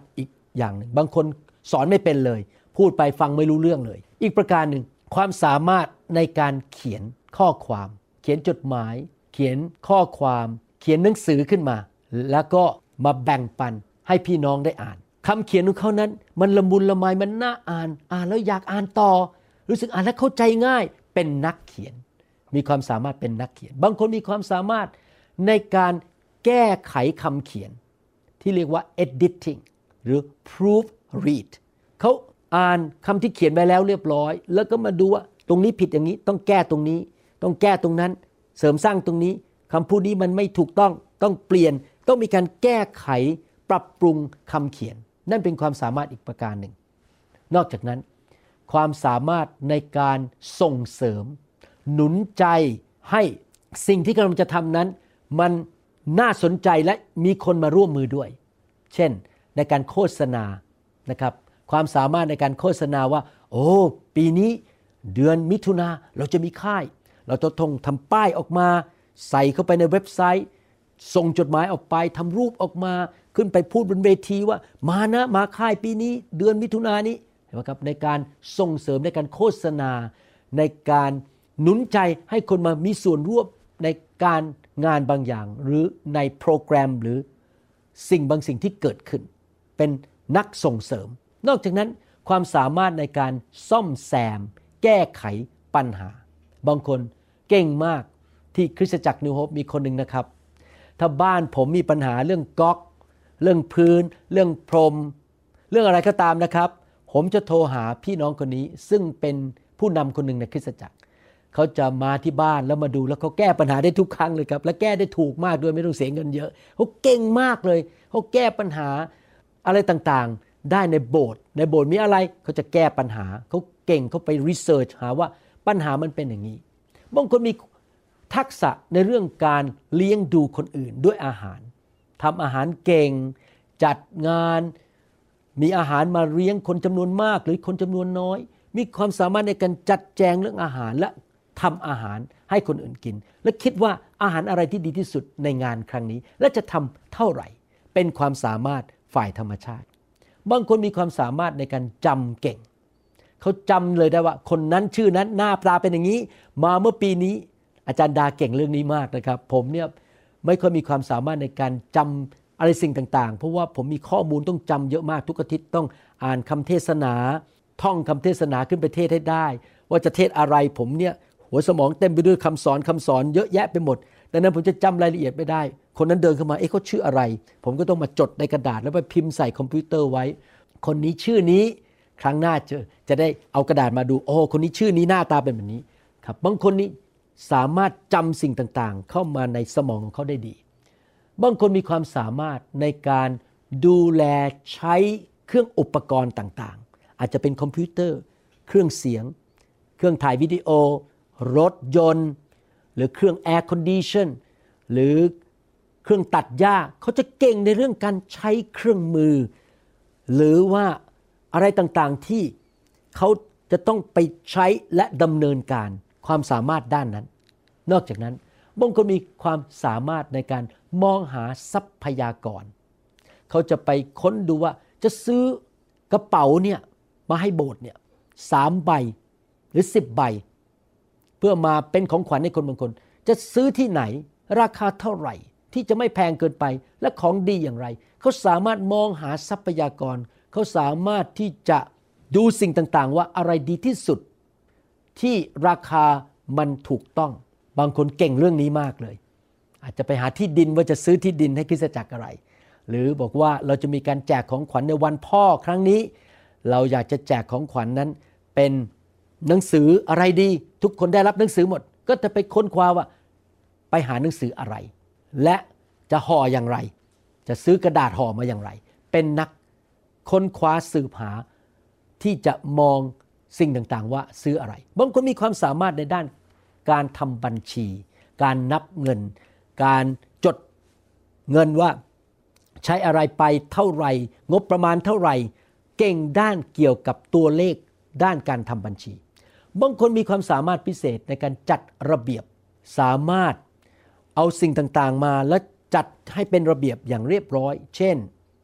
อย่างหนึ่งบางคนสอนไม่เป็นเลยพูดไปฟังไม่รู้เรื่องเลยอีกประการหนึ่งความสามารถในการเขียนข้อความเขียนจดหมายเขียนข้อความเขียนหนังสือขึ้นมาแล้วก็มาแบ่งปันให้พี่น้องได้อ่านคำเขียนของเขานั้นมันละมุนละไมมันน่าอ่านอ่านแล้วอยากอ่านต่อรู้สึกอ่านแล้วเข้าใจง่ายเป็นนักเขียนมีความสามารถเป็นนักเขียนบางคนมีความสามารถในการแก้ไขคำเขียนที่เรียกว่า editing หรือ proofread เขาอ่านคำที่เขียนไปแล้วเรียบร้อยแล้วก็มาดูว่าตรงนี้ผิดอย่างนี้ต้องแก้ตรงนี้ต้องแก้ตรงนั้นเสริมสร้างตรงนี้คำพูดนี้มันไม่ถูกต้องต้องเปลี่ยนต้องมีการแก้ไขปรับปรุงคำเขียนนั่นเป็นความสามารถอีกประการหนึ่งนอกจากนั้นความสามารถในการส่งเสริมหนุนใจให้สิ่งที่กำลังจะทำนั้นมันน่าสนใจและมีคนมาร่วมมือด้วยเช่นในการโฆษณานะครับความสามารถในการโฆษณาว่าโอ้ปีนี้เดือนมิถุนาเราจะมีค่ายเราจะต้องทำป้ายออกมาใส่เข้าไปในเว็บไซต์ส่งจดหมายออกไปทำรูปออกมาขึ้นไปพูดบนเวทีว่ามานะมาค่ายปีนี้เดือนมิถุนายนนี้เห็นไหมครับในการส่งเสริมในการโฆษณาในการหนุนใจให้คนมามีส่วนร่วมในการงานบางอย่างหรือในโปรแกรมหรือสิ่งบางสิ่งที่เกิดขึ้นเป็นนักส่งเสริมนอกจากนั้นความสามารถในการซ่อมแซมแก้ไขปัญหาบางคนเก่งมากที่คริสตจักรนิวโฮปมีคนหนึ่งนะครับถ้าบ้านผมมีปัญหาเรื่องก๊อกเรื่องพื้นเรื่องพรมเรื่องอะไรก็ตามนะครับผมจะโทรหาพี่น้องคนนี้ซึ่งเป็นผู้นำคนหนึ่งในคริสตจักรเขาจะมาที่บ้านแล้วมาดูแล้วเขาแก้ปัญหาได้ทุกครั้งเลยครับและแก้ได้ถูกมากด้วยไม่ต้องเสียเงินเยอะเขาเก่งมากเลยเขาแก้ปัญหาอะไรต่างๆได้ในโบสถ์ในโบสถ์มีอะไรเขาจะแก้ปัญหาเขาเก่งเขาไปรีเสิร์ชหาว่าปัญหามันเป็นอย่างนี้บางคนมีทักษะในเรื่องการเลี้ยงดูคนอื่นด้วยอาหารทำอาหารเก่งจัดงานมีอาหารมาเลี้ยงคนจำนวนมากหรือคนจำนวนน้อยมีความสามารถในการจัดแจงเรื่องอาหารและทำอาหารให้คนอื่นกินและคิดว่าอาหารอะไรที่ดีที่สุดในงานครั้งนี้และจะทำเท่าไหร่เป็นความสามารถฝ่ายธรรมชาติบางคนมีความสามารถในการจำเก่งเขาจำเลยได้ว่าคนนั้นชื่อนั้นหน้าตาเป็นอย่างนี้มาเมื่อปีนี้อาจารย์ดาเก่งเรื่องนี้มากนะครับผมเนี่ยไม่ค่อยมีความสามารถในการจำอะไรสิ่งต่างๆเพราะว่าผมมีข้อมูลต้องจำเยอะมากทุกอาทิตย์ต้องอ่านคำเทศนาท่องคำเทศนาขึ้นไปเทศให้ได้ว่าจะเทศอะไรผมเนี่ยหัวสมองเต็มไปด้วยคำสอนคำสอนเยอะแยะไปหมดดังนั้นผมจะจำรายละเอียดไม่ได้คนนั้นเดินเข้ามาเอ๊ะเขาชื่ออะไรผมก็ต้องมาจดในกระดาษแล้วไปพิมพ์ใส่คอมพิวเตอร์ไว้คนนี้ชื่อนี้ครั้งหน้าจะจะได้เอากระดาษมาดูโอ้คนนี้ชื่อนี้หน้าตาเป็นแบบนี้ครับบางคนนี้สามารถจำสิ่งต่างๆเข้ามาในสมองของเขาได้ดีบางคนมีความสามารถในการดูแลใช้เครื่องอุปกรณ์ต่างๆอาจจะเป็นคอมพิวเตอร์เครื่องเสียงเครื่องถ่ายวิดีโอรถยนต์หรือเครื่องแอร์คอนดิชันหรือเครื่องตัดหญ้าเขาจะเก่งในเรื่องการใช้เครื่องมือหรือว่าอะไรต่างๆที่เขาจะต้องไปใช้และดำเนินการความสามารถด้านนั้นนอกจากนั้นบางคนมีความสามารถในการมองหาทรัพยากรเขาจะไปค้นดูว่าจะซื้อกระเป๋าเนี่ยมาให้โบสถ์เนี่ยสามใบหรือสิบใบเพื่อมาเป็นของขวัญให้คนบางคนจะซื้อที่ไหนราคาเท่าไหร่ที่จะไม่แพงเกินไปและของดีอย่างไรเขาสามารถมองหาทรัพยากรเขาสามารถที่จะดูสิ่งต่างๆว่าอะไรดีที่สุดที่ราคามันถูกต้องบางคนเก่งเรื่องนี้มากเลยอาจจะไปหาที่ดินว่าจะซื้อที่ดินให้คริสตจักรอะไรหรือบอกว่าเราจะมีการแจกของขวัญในวันพ่อครั้งนี้เราอยากจะแจกของขวัญ น, นั้นเป็นหนังสืออะไรดีทุกคนได้รับหนังสือหมดก็จะไปค้นคว้าว่าไปหาหนังสืออะไรและจะห่ออย่างไรจะซื้อกระดาษห่อมาอย่างไรเป็นนักค้นคว้าสืบหาที่จะมองสิ่งต่างๆว่าซื้ออะไรบางคนมีความสามารถในด้านการทำบัญชีการนับเงินการจดเงินว่าใช้อะไรไปเท่าไหร่งบประมาณเท่าไหร่เก่งด้านเกี่ยวกับตัวเลขด้านการทำบัญชีบางคนมีความสามารถพิเศษในการจัดระเบียบสามารถเอาสิ่งต่างๆมาแล้วจัดให้เป็นระเบียบอย่างเรียบร้อยเช่น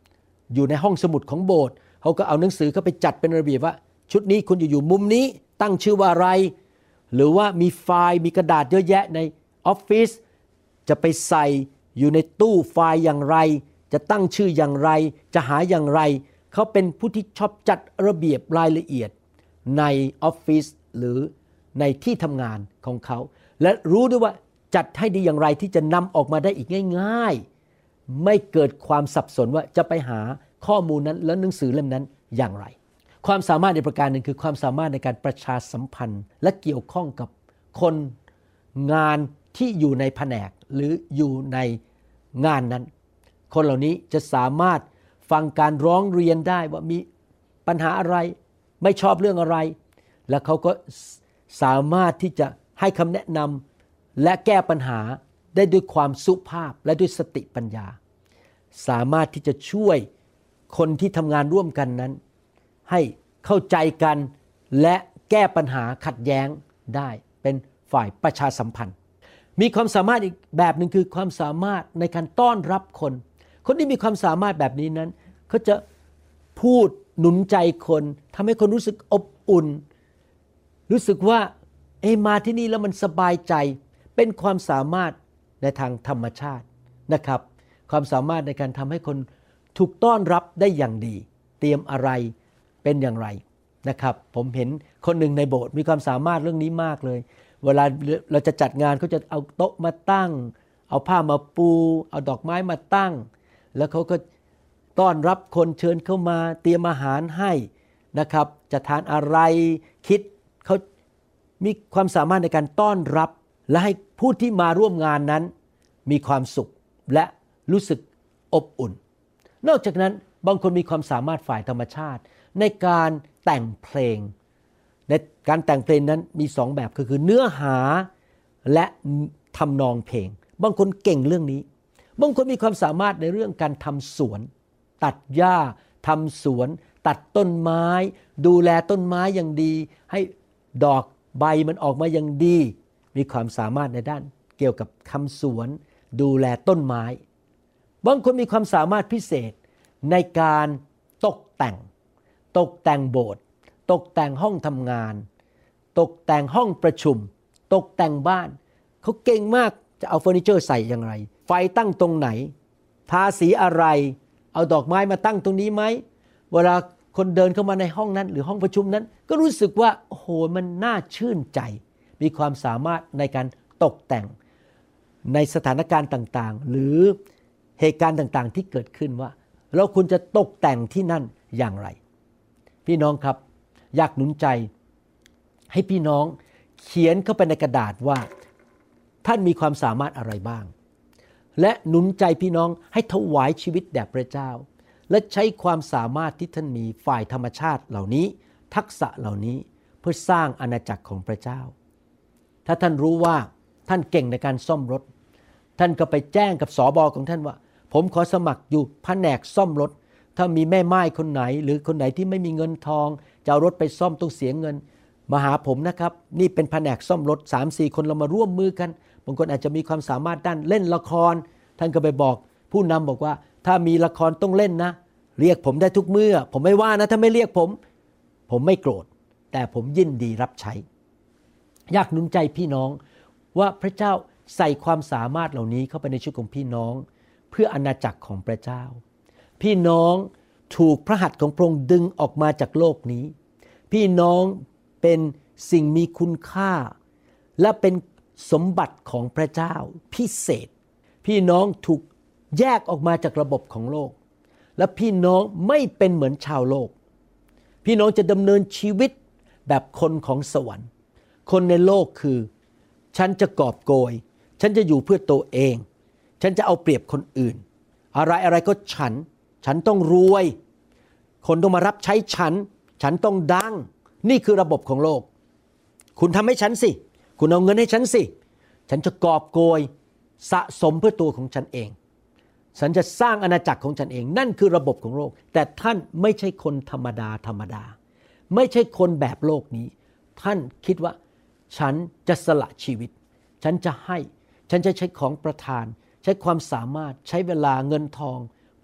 อยู่ในห้องสมุดของโบสถ์เขาก็เอาหนังสือเข้าไปจัดเป็นระเบียบว่าชุดนี้คุณอยู่อยู่มุมนี้ตั้งชื่อว่าอะไรหรือว่ามีไฟล์มีกระดาษเยอะแยะในออฟฟิศจะไปใส่อยู่ในตู้ไฟล์อย่างไรจะตั้งชื่ออย่างไรจะหาอย่างไรเขาเป็นผู้ที่ชอบจัดระเบียบรายละเอียดในออฟฟิศหรือในที่ทำงานของเขาและรู้ด้วยว่าจัดให้ดีอย่างไรที่จะนำออกมาได้อีกง่ายๆไม่เกิดความสับสนว่าจะไปหาข้อมูลนั้นและหนังสือเล่มนั้นอย่างไรความสามารถในประการหนึ่งคือความสามารถในการประชาสัมพันธ์และเกี่ยวข้องกับคนงานที่อยู่ในแผนกหรืออยู่ในงานนั้นคนเหล่านี้จะสามารถฟังการร้องเรียนได้ว่ามีปัญหาอะไรไม่ชอบเรื่องอะไรและเขาก็สามารถที่จะให้คำแนะนำและแก้ปัญหาได้ด้วยความสุภาพและด้วยสติปัญญาสามารถที่จะช่วยคนที่ทำงานร่วมกันนั้นให้เข้าใจกันและแก้ปัญหาขัดแย้งได้เป็นฝ่ายประชาสัมพันธ์มีความสามารถอีกแบบหนึ่งคือความสามารถในการต้อนรับคนคนที่มีความสามารถแบบนี้นั้นเขาจะพูดหนุนใจคนทำให้คนรู้สึกอบอุ่นรู้สึกว่าเอ้มาที่นี่แล้วมันสบายใจเป็นความสามารถในทางธรรมชาตินะครับความสามารถในการทำให้คนถูกต้อนรับได้อย่างดีเตรียมอะไรเป็นอย่างไรนะครับผมเห็นคนหนึ่งในโบสถ์มีความสามารถเรื่องนี้มากเลยเวลาเราจะจัดงานเขาจะเอาโต๊ะมาตั้งเอาผ้ามาปูเอาดอกไม้มาตั้งแล้วเขาก็ต้อนรับคนเชิญเข้ามาเตรียมอาหารให้นะครับจะทานอะไรคิดเขามีความสามารถในการต้อนรับและให้ผู้ที่มาร่วมงานนั้นมีความสุขและรู้สึกอบอุ่นนอกจากนั้นบางคนมีความสามารถฝ่ายธรรมชาติในการแต่งเพลงในการแต่งเพลงนั้นมีสองแบบคือเนื้อหาและทำนองเพลงบางคนเก่งเรื่องนี้บางคนมีความสามารถในเรื่องการทำสวนตัดหญ้าทำสวนตัดต้นไม้ดูแลต้นไม้อย่างดีให้ดอกใบมันออกมาอย่างดีมีความสามารถในด้านเกี่ยวกับทำสวนดูแลต้นไม้บางคนมีความสามารถพิเศษในการตกแต่งตกแต่งโบสถ์ตกแต่งห้องทำงานตกแต่งห้องประชุมตกแต่งบ้านเขาเก่งมากจะเอาเฟอร์นิเจอร์ใส่อย่างไรไฟตั้งตรงไหนทาสีอะไรเอาดอกไม้มาตั้งตรงนี้ไหมเวลาคนเดินเข้ามาในห้องนั้นหรือห้องประชุมนั้นก็รู้สึกว่าโอ้โหมันน่าชื่นใจมีความสามารถในการตกแต่งในสถานการณ์ต่างๆหรือเหตุการณ์ต่างๆที่เกิดขึ้นว่าเราควรจะตกแต่งที่นั่นอย่างไรพี่น้องครับอยากหนุนใจให้พี่น้องเขียนเข้าไปในกระดาษว่าท่านมีความสามารถอะไรบ้างและหนุนใจพี่น้องให้ถวายชีวิตแด่พระเจ้าและใช้ความสามารถที่ท่านมีฝ่ายธรรมชาติเหล่านี้ทักษะเหล่านี้เพื่อสร้างอาณาจักรของพระเจ้าถ้าท่านรู้ว่าท่านเก่งในการซ่อมรถท่านก็ไปแจ้งกับสบของท่านว่าผมขอสมัครอยู่แผนกซ่อมรถถ้ามีแม่ไม้คนไหนหรือคนไหนที่ไม่มีเงินทองจะเอารถไปซ่อมต้องเสียเงินมาหาผมนะครับนี่เป็นแผนกซ่อมรถ สามสี่ คนเรามาร่วมมือกันบางคนอาจจะมีความสามารถด้านเล่นละครท่านก็ไปบอกผู้นำบอกว่าถ้ามีละครต้องเล่นนะเรียกผมได้ทุกเมื่อผมไม่ว่านะถ้าไม่เรียกผมผมไม่โกรธแต่ผมยินดีรับใช้อยากหนุนใจพี่น้องว่าพระเจ้าใส่ความสามารถเหล่านี้เข้าไปในชีวิตของพี่น้องเพื่ออาณาจักรของพระเจ้าพี่น้องถูกพระหัตถ์ของพระองค์ดึงออกมาจากโลกนี้พี่น้องเป็นสิ่งมีคุณค่าและเป็นสมบัติของพระเจ้าพิเศษพี่น้องถูกแยกออกมาจากระบบของโลกและพี่น้องไม่เป็นเหมือนชาวโลกพี่น้องจะดำเนินชีวิตแบบคนของสวรรค์คนในโลกคือฉันจะกอบโกยฉันจะอยู่เพื่อตัวเองฉันจะเอาเปรียบคนอื่นอะไรอะไรก็ฉันฉันต้องรวยคนต้องมารับใช้ฉันฉันต้องดังนี่คือระบบของโลกคุณทำให้ฉันสิคุณเอาเงินให้ฉันสิฉันจะกอบโกยสะสมเพื่อตัวของฉันเองฉันจะสร้างอาณาจักรของฉันเองนั่นคือระบบของโลกแต่ท่านไม่ใช่คนธรรมดาธรรมดาไม่ใช่คนแบบโลกนี้ท่านคิดว่าฉันจะสละชีวิตฉันจะให้ฉันจะใช้ของประทานใช้ความสามารถใช้เวลาเงินทองเ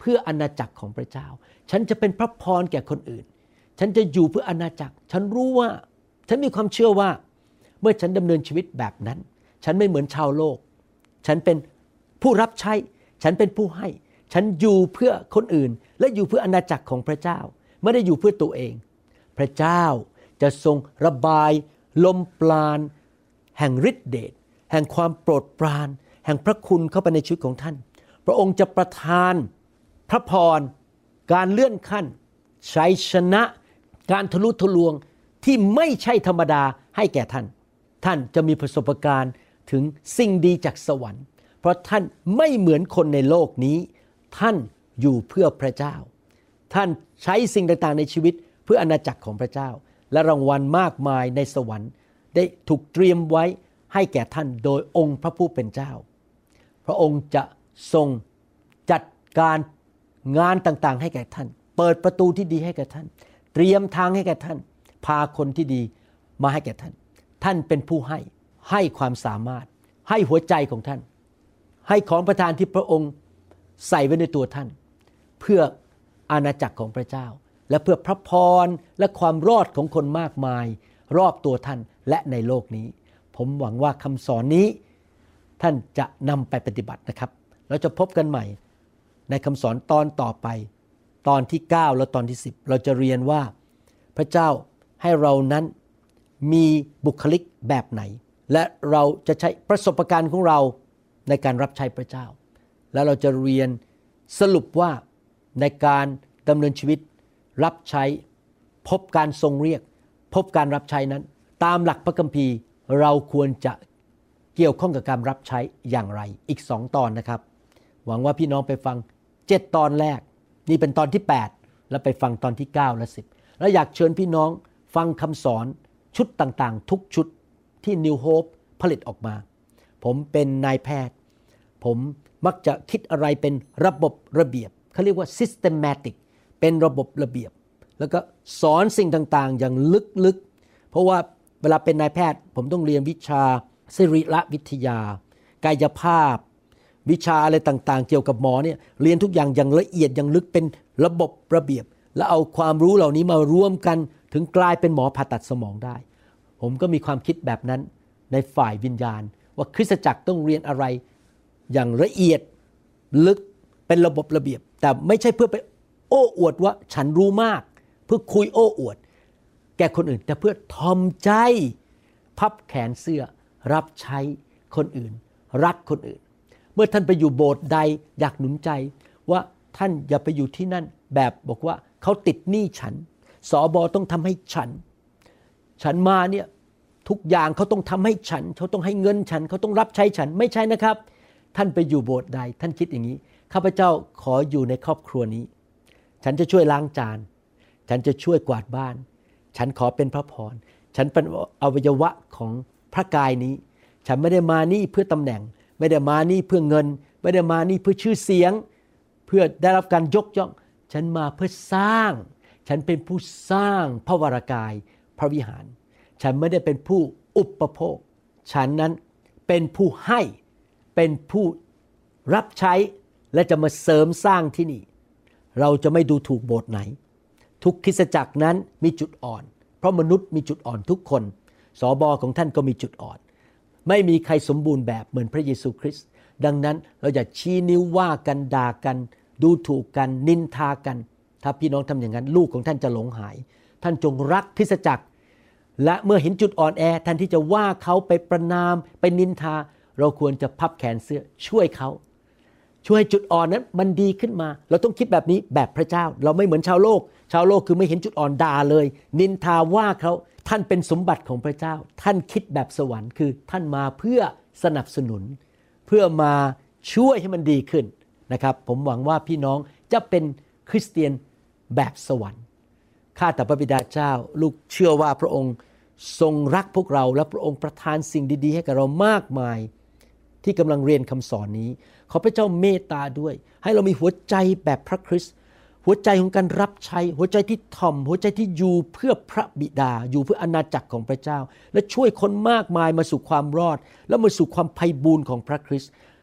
พื่ออาณาจักรของพระเจ้าฉันจะเป็นพระพรแก่คนอื่นฉันจะอยู่เพื่ออาณาจักรฉันรู้ว่าฉันมีความเชื่อว่าเมื่อฉันดำเนินชีวิตแบบนั้นฉันไม่เหมือนชาวโลกฉันเป็นผู้รับใช้ฉันเป็นผู้ให้ฉันอยู่เพื่อคนอื่นและอยู่เพื่ออาณาจักรของพระเจ้าไม่ได้อยู่เพื่อตัวเองพระเจ้าจะทรงระบายลมปราณแห่งฤทธิเดชแห่งความโปรดปรานแห่งพระคุณเข้าไปในชีวิตของท่านพระองค์จะประทานพระพรการเลื่อนขั้นชัยชนะการทะลุทะลวงที่ไม่ใช่ธรรมดาให้แก่ท่านท่านจะมีประสบการณ์ถึงสิ่งดีจากสวรรค์เพราะท่านไม่เหมือนคนในโลกนี้ท่านอยู่เพื่อพระเจ้าท่านใช้สิ่งต่างๆในชีวิตเพื่ออาณาจักรของพระเจ้าและรางวัลมากมายในสวรรค์ได้ถูกเตรียมไว้ให้แก่ท่านโดยองค์พระผู้เป็นเจ้าพระองค์จะทรงจัดการงานต่างๆให้แก่ท่านเปิดประตูที่ดีให้แก่ท่านเตรียมทางให้แก่ท่านพาคนที่ดีมาให้แก่ท่านท่านเป็นผู้ให้ให้ความสามารถให้หัวใจของท่านให้ของประทานที่พระองค์ใส่ไว้ในตัวท่านเพื่ออาณาจักรของพระเจ้าและเพื่อพระพรและความรอดของคนมากมายรอบตัวท่านและในโลกนี้ผมหวังว่าคำสอนนี้ท่านจะนำไปปฏิบัตินะครับเราจะพบกันใหม่ในคำสอนตอนต่อไปตอนที่เก้าและตอนที่สิบเราจะเรียนว่าพระเจ้าให้เรานั้นมีบุคลิกแบบไหนและเราจะใช้ประสบการณ์ของเราในการรับใช้พระเจ้าและเราจะเรียนสรุปว่าในการดำเนินชีวิตรับใช้พบการทรงเรียกพบการรับใช้นั้นตามหลักพระคัมภีร์เราควรจะเกี่ยวข้องกับการรับใช้อย่างไรอีกสองตอนนะครับหวังว่าพี่น้องไปฟังเจ็ดตอนแรกนี่เป็นตอนที่แปดแล้วไปฟังตอนที่เก้าและสิบแล้วอยากเชิญพี่น้องฟังคำสอนชุดต่างๆทุกชุดที่ New Hope ผลิตออกมาผมเป็นนายแพทย์ผมมักจะคิดอะไรเป็นระบบระเบียบเขาเรียกว่า systematic เป็นระบบระเบียบแล้วก็สอนสิ่งต่างๆอย่างลึกๆเพราะว่าเวลาเป็นนายแพทย์ผมต้องเรียนวิชาสิริวิทยากายภาพวิชาอะไรต่างๆเกี่ยวกับหมอเนี่ยเรียนทุกอย่างอย่างละเอียดอย่างลึกเป็นระบบระเบียบแล้วเอาความรู้เหล่านี้มารวมกันถึงกลายเป็นหมอผ่าตัดสมองได้ผมก็มีความคิดแบบนั้นในฝ่ายวิญญาณว่าคริสตจักรต้องเรียนอะไรอย่างละเอียดลึกเป็นระบบระเบียบแต่ไม่ใช่เพื่อไปโอ้อวดว่าฉันรู้มากเพื่อคุยโอ้อวดแก่คนอื่นแต่เพื่อทอมใจพับแขนเสื้อรับใช้คนอื่นรักคนอื่นเมื่อท่านไปอยู่โบสถ์ใดอยากหนุนใจว่าท่านอย่าไปอยู่ที่นั่นแบบบอกว่าเขาติดหนี้ฉันสบต้องทำให้ฉันฉันมาเนี่ยทุกอย่างเขาต้องทำให้ฉันเขาต้องให้เงินฉันเขาต้องรับใช้ฉันไม่ใช่นะครับท่านไปอยู่โบสถ์ใดท่านคิดอย่างนี้ข้าพเจ้าขออยู่ในครอบครัวนี้ฉันจะช่วยล้างจานฉันจะช่วยกวาดบ้านฉันขอเป็นพระพรฉันเป็นอวัยวะของพระกายนี้ฉันไม่ได้มานี่เพื่อตำแหน่งไม่ได้มานี่เพื่อเงินไม่ได้มานี่เพื่อชื่อเสียงเพื่อได้รับการยกย่องฉันมาเพื่อสร้างฉันเป็นผู้สร้างพระวรากายพระวิหารฉันไม่ได้เป็นผู้อุปโภคฉันนั้นเป็นผู้ให้เป็นผู้รับใช้และจะมาเสริมสร้างที่นี่เราจะไม่ดูถูกโบสถ์ไหนทุกคริสตจักรนั้นมีจุดอ่อนเพราะมนุษย์มีจุดอ่อนทุกคนสบของท่านก็มีจุดอ่อนไม่มีใครสมบูรณ์แบบเหมือนพระเยซูคริสต์ดังนั้นเราอย่าชี้นิ้วว่ากันด่ากันดูถูกกันนินทากันถ้าพี่น้องทำอย่างนั้นลูกของท่านจะหลงหายท่านจงรักคริสตจักรและเมื่อเห็นจุดอ่อนแอแทนที่จะว่าเขาไปประณามไปนินทาเราควรจะพับแขนเสื้อช่วยเขาช่วยจุดอ่อนนั้นมันดีขึ้นมาเราต้องคิดแบบนี้แบบพระเจ้าเราไม่เหมือนชาวโลกชาวโลกคือไม่เห็นจุดอ่อนด่าเลยนินทาว่าเขาท่านเป็นสมบัติของพระเจ้าท่านคิดแบบสวรรค์คือท่านมาเพื่อสนับสนุนเพื่อมาช่วยให้มันดีขึ้นนะครับผมหวังว่าพี่น้องจะเป็นคริสเตียนแบบสวรรค์ข้าแต่พระบิดาเจ้าลูกเชื่อว่าพระองค์ทรงรักพวกเราและพระองค์ประทานสิ่งดีๆให้กับเรามากมายที่กำลังเรียนคำสอนนี้ขอพระเจ้าเมตตาด้วยให้เรามีหัวใจแบบพระคริสต์หัวใจของการรับใช้หัวใจที่ถ่อมหัวใจที่อยู่เพื่อพระบิดาอยู่เพื่ออาณาจักรของพระเจ้าและช่วยคนมากมายมาสู่ความรอดและมาสู่ความไพบูลย์ของพระคริสต์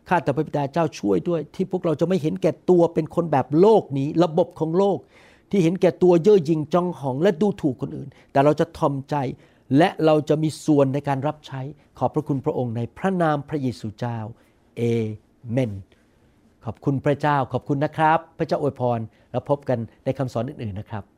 ข้าแต่พระบิดาเจ้าช่วยด้วยที่พวกเราจะไม่เห็นแก่ตัวเป็นคนแบบโลกนี้ระบบของโลกที่เห็นแก่ตัวเย่อหยิ่งจองหองและดูถูกคนอื่นแต่เราจะทอมใจและเราจะมีส่วนในการรับใช้ขอบพระคุณพระองค์ในพระนามพระเยซูเจ้าเอเมนขอบคุณพระเจ้าขอบคุณนะครับพระเจ้าอวยพรแล้วพบกันในคำสอนอื่นๆนะครับ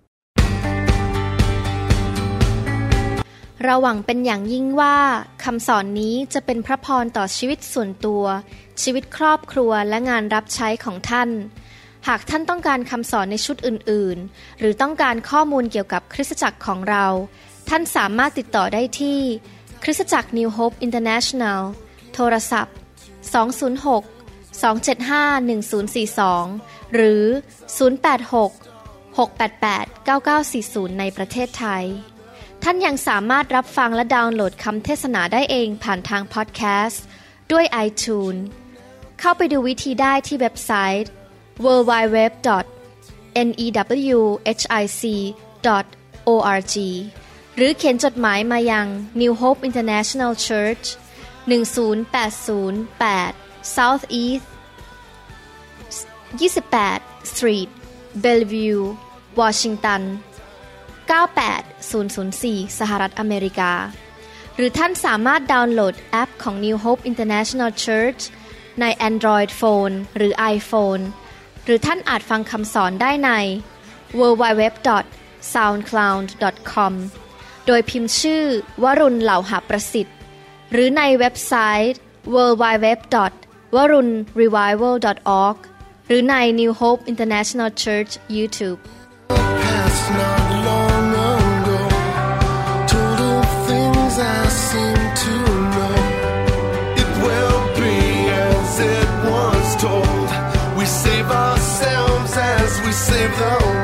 เราหวังเป็นอย่างยิ่งว่าคำสอนนี้จะเป็นพระพรต่อชีวิตส่วนตัวชีวิตครอบครัวและงานรับใช้ของท่านหากท่านต้องการคำสอนในชุดอื่นๆหรือต้องการข้อมูลเกี่ยวกับคริสตจักรของเราท่านสามารถติดต่อได้ที่คริสตจักร New Hope International โทรศัพท์สอง ศูนย์ หก สอง เจ็ด ห้า หนึ่ง ศูนย์ สี่ สองหรือศูนย์ แปด หก หก แปด แปด เก้า เก้า สี่ ศูนย์ในประเทศไทยท่านยังสามารถรับฟังและดาวน์โหลดคำเทศนาได้เองผ่านทางพอดแคสต์ด้วย iTunes เข้าไปดูวิธีได้ที่เว็บไซต์ ดับเบิลยู ดับเบิลยู ดับเบิลยู ดอท เน อี ดับเบิลยู เอช ไอ ซี ดอท โอ อาร์ จี หรือเขียนจดหมายมายัง New Hope International Church หนึ่ง ศูนย์ แปด ศูนย์ แปด South East ยี่สิบแปด Street Bellevue Washington เก้า แปด ศูนย์ ศูนย์ สี่ สหรัฐอเมริกาหรือท่านสามารถดาวน์โหลดแอปของ New Hope International Church ใน Android Phone หรือ iPhone หรือท่านอาจฟังคำสอนได้ใน ดับเบิลยู ดับเบิลยู ดับเบิลยู ดอท ซาวด์คลาวด์ ดอท คอม โดยพิมพ์ชื่อวรุณเหล่าหประสิทธิ์หรือในเว็บไซต์ ดับเบิลยู ดับเบิลยู ดับเบิลยู ดอท วรุณ รีไววัล ดอท ออร์ก หรือใน New Hope International Church YouTube Past not long ago, told of things I seem to know. It will be as it was told. We save ourselves as we save the world.